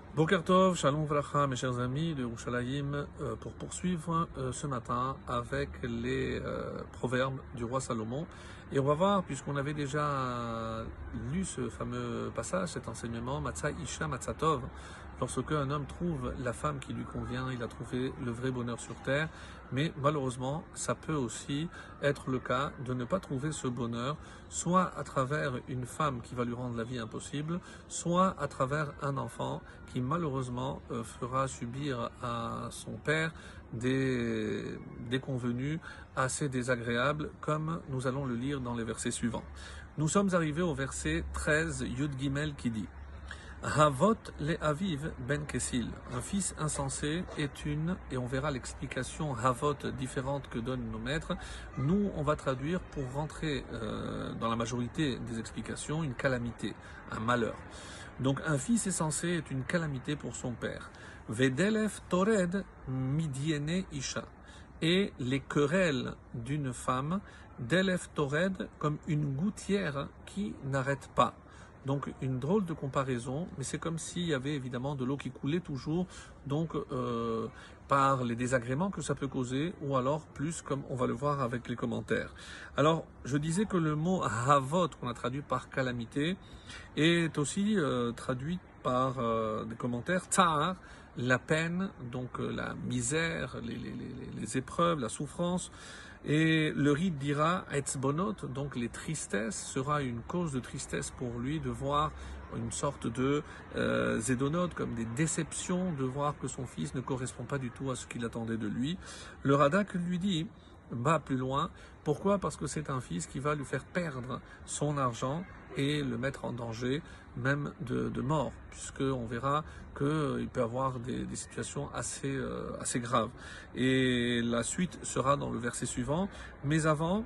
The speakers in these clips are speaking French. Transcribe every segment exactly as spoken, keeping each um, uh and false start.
Boker Tov, Shalom Vracha, mes chers amis de Yerushalayim, euh, pour poursuivre euh, ce matin avec les euh, proverbes du roi Salomon. Et on va voir, puisqu'on avait déjà lu ce fameux passage, cet enseignement, Matzah Isha Matzah Tov, lorsque un homme trouve la femme qui lui convient, il a trouvé le vrai bonheur sur terre. Mais malheureusement, ça peut aussi être le cas de ne pas trouver ce bonheur, soit à travers une femme qui va lui rendre la vie impossible, soit à travers un enfant qui malheureusement euh, fera subir à son père des déconvenus assez désagréables, comme nous allons le lire dans les versets suivants. Nous sommes arrivés au verset treize, Yud Gimel, qui dit Havot le Aviv ben Kessil. Un fils insensé est une, et on verra l'explication Havot différente que donnent nos maîtres. Nous, on va traduire pour rentrer euh, dans la majorité des explications, une calamité, un malheur. Donc un fils insensé est une calamité pour son père. Vedelef Tored Midiene Isha. Et les querelles d'une femme, Delef Tored, comme une gouttière qui n'arrête pas. Donc une drôle de comparaison, mais c'est comme s'il y avait évidemment de l'eau qui coulait toujours, donc euh, par les désagréments que ça peut causer, ou alors plus comme on va le voir avec les commentaires. Alors je disais que le mot havot, qu'on a traduit par calamité, est aussi euh, traduit par euh, des commentaires tsar, la peine, donc euh, la misère, les, les, les, les épreuves, la souffrance. Et le rite dira etzbonot, donc les tristesses, sera une cause de tristesse pour lui de voir une sorte de euh, zédonote, comme des déceptions, de voir que son fils ne correspond pas du tout à ce qu'il attendait de lui. Le Radak lui dit, va plus loin, pourquoi? Parce que c'est un fils qui va lui faire perdre son argent et le mettre en danger, même de, de mort, puisqu'on verra qu'il peut avoir des, des situations assez, euh, assez graves. Et la suite sera dans le verset suivant, mais avant,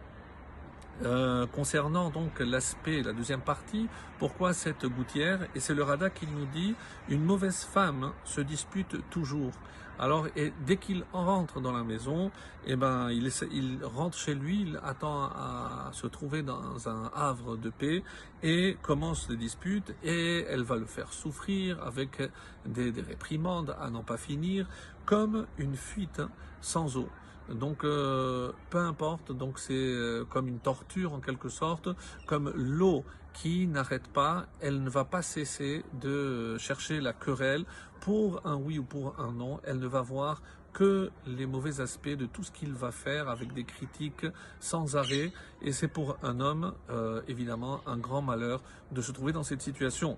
Euh, concernant donc l'aspect, la deuxième partie, pourquoi cette gouttière? Et c'est le Rada qui nous dit, une mauvaise femme se dispute toujours. Alors, et dès qu'il rentre dans la maison, eh ben, il, il rentre chez lui, il attend à se trouver dans un havre de paix et commence les disputes et elle va le faire souffrir avec des, des réprimandes à n'en pas finir, comme une fuite sans eau. Donc euh, peu importe, donc c'est euh, comme une torture en quelque sorte, comme l'eau qui n'arrête pas, elle ne va pas cesser de chercher la querelle pour un oui ou pour un non, elle ne va voir que les mauvais aspects de tout ce qu'il va faire avec des critiques sans arrêt, et c'est pour un homme euh, évidemment un grand malheur de se trouver dans cette situation.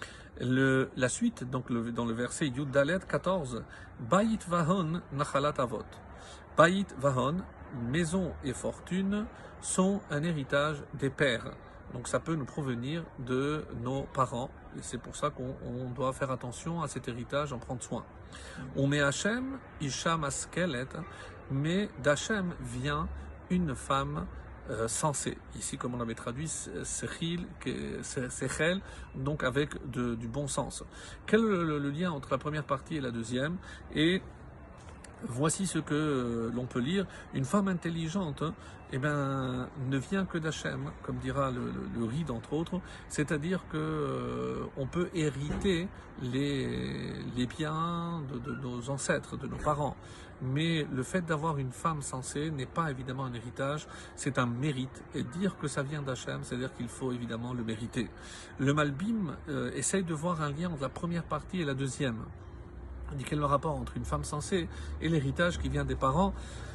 Le, la suite, donc le, dans le verset Yud Dalet quatorze, Bayit Vahon Nachalat Avot. Bayit Vahon, maison et fortune, sont un héritage des pères. Donc ça peut nous provenir de nos parents. Et c'est pour ça qu'on doit faire attention à cet héritage, en prendre soin. On met Hachem, Isha Maskelet, mais d'Hachem vient une femme euh, sensée. Ici, comme on avait traduit, Sechil, Sechel, donc avec de, du bon sens. Quel est le, le lien entre la première partie et la deuxième? Et voici ce que euh, l'on peut lire. Une femme intelligente, hein, eh ben, ne vient que d'Hachem, comme dira le, le, le Ride entre autres, c'est-à-dire que euh, on peut hériter les, les biens de, de nos ancêtres, de nos parents. Mais le fait d'avoir une femme sensée n'est pas évidemment un héritage, c'est un mérite. Et dire que ça vient d'Hachem, c'est-à-dire qu'il faut évidemment le mériter. Le Malbim euh, essaye de voir un lien entre la première partie et la deuxième. Il dit quel est le rapport entre une femme sensée et l'héritage qui vient des parents.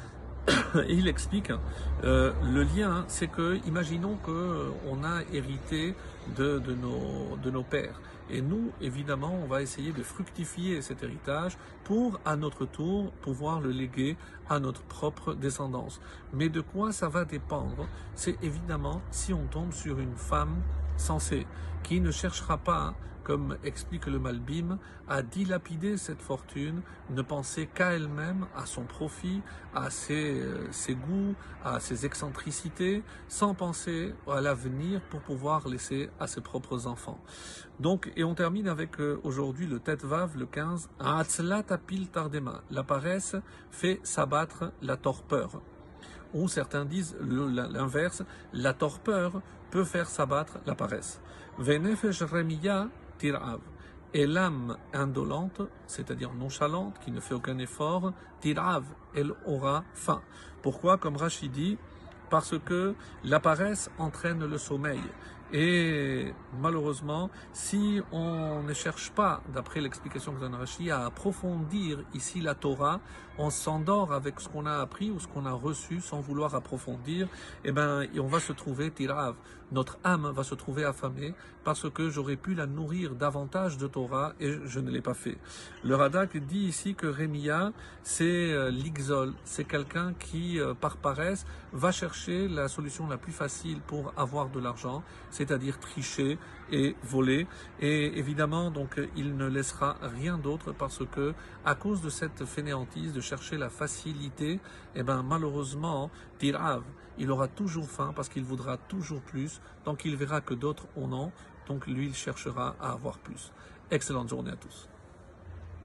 Et il explique euh, le lien, c'est que imaginons que euh, on a hérité de, de, nos, de nos pères. Et nous, évidemment, on va essayer de fructifier cet héritage pour, à notre tour, pouvoir le léguer à notre propre descendance. Mais de quoi ça va dépendre? C'est évidemment si on tombe sur une femme sensée, qui ne cherchera pas, comme explique le Malbim, à dilapider cette fortune, ne penser qu'à elle-même, à son profit, à ses, euh, ses goûts, à ses excentricités, sans penser à l'avenir pour pouvoir laisser à ses propres enfants. Donc, et on termine avec euh, aujourd'hui le Tet Vav, le quinze, Atzla tapil tardema, la paresse fait s'abattre la torpeur. Ou certains disent l'inverse, la torpeur peut faire s'abattre la paresse. Venefesh remiya tirav. Et l'âme indolente, c'est-à-dire nonchalante, qui ne fait aucun effort, tirav, elle aura faim. Pourquoi? Comme Rashi dit, parce que la paresse entraîne le sommeil. Et malheureusement, si on ne cherche pas, d'après l'explication que donne Rashi, à approfondir ici la Torah, on s'endort avec ce qu'on a appris ou ce qu'on a reçu sans vouloir approfondir, et ben, on va se trouver tirav. Notre âme va se trouver affamée parce que j'aurais pu la nourrir davantage de Torah et je ne l'ai pas fait. Le Radak dit ici que Rémia, c'est euh, l'ixol, c'est quelqu'un qui, euh, par paresse, va chercher la solution la plus facile pour avoir de l'argent, c'est-à-dire tricher et voler. Et évidemment, donc, il ne laissera rien d'autre parce que, à cause de cette fainéantise de chercher la facilité, eh ben, malheureusement, tirav, il aura toujours faim parce qu'il voudra toujours plus, donc il verra que d'autres en ont, donc lui, il cherchera à avoir plus. Excellente journée à tous.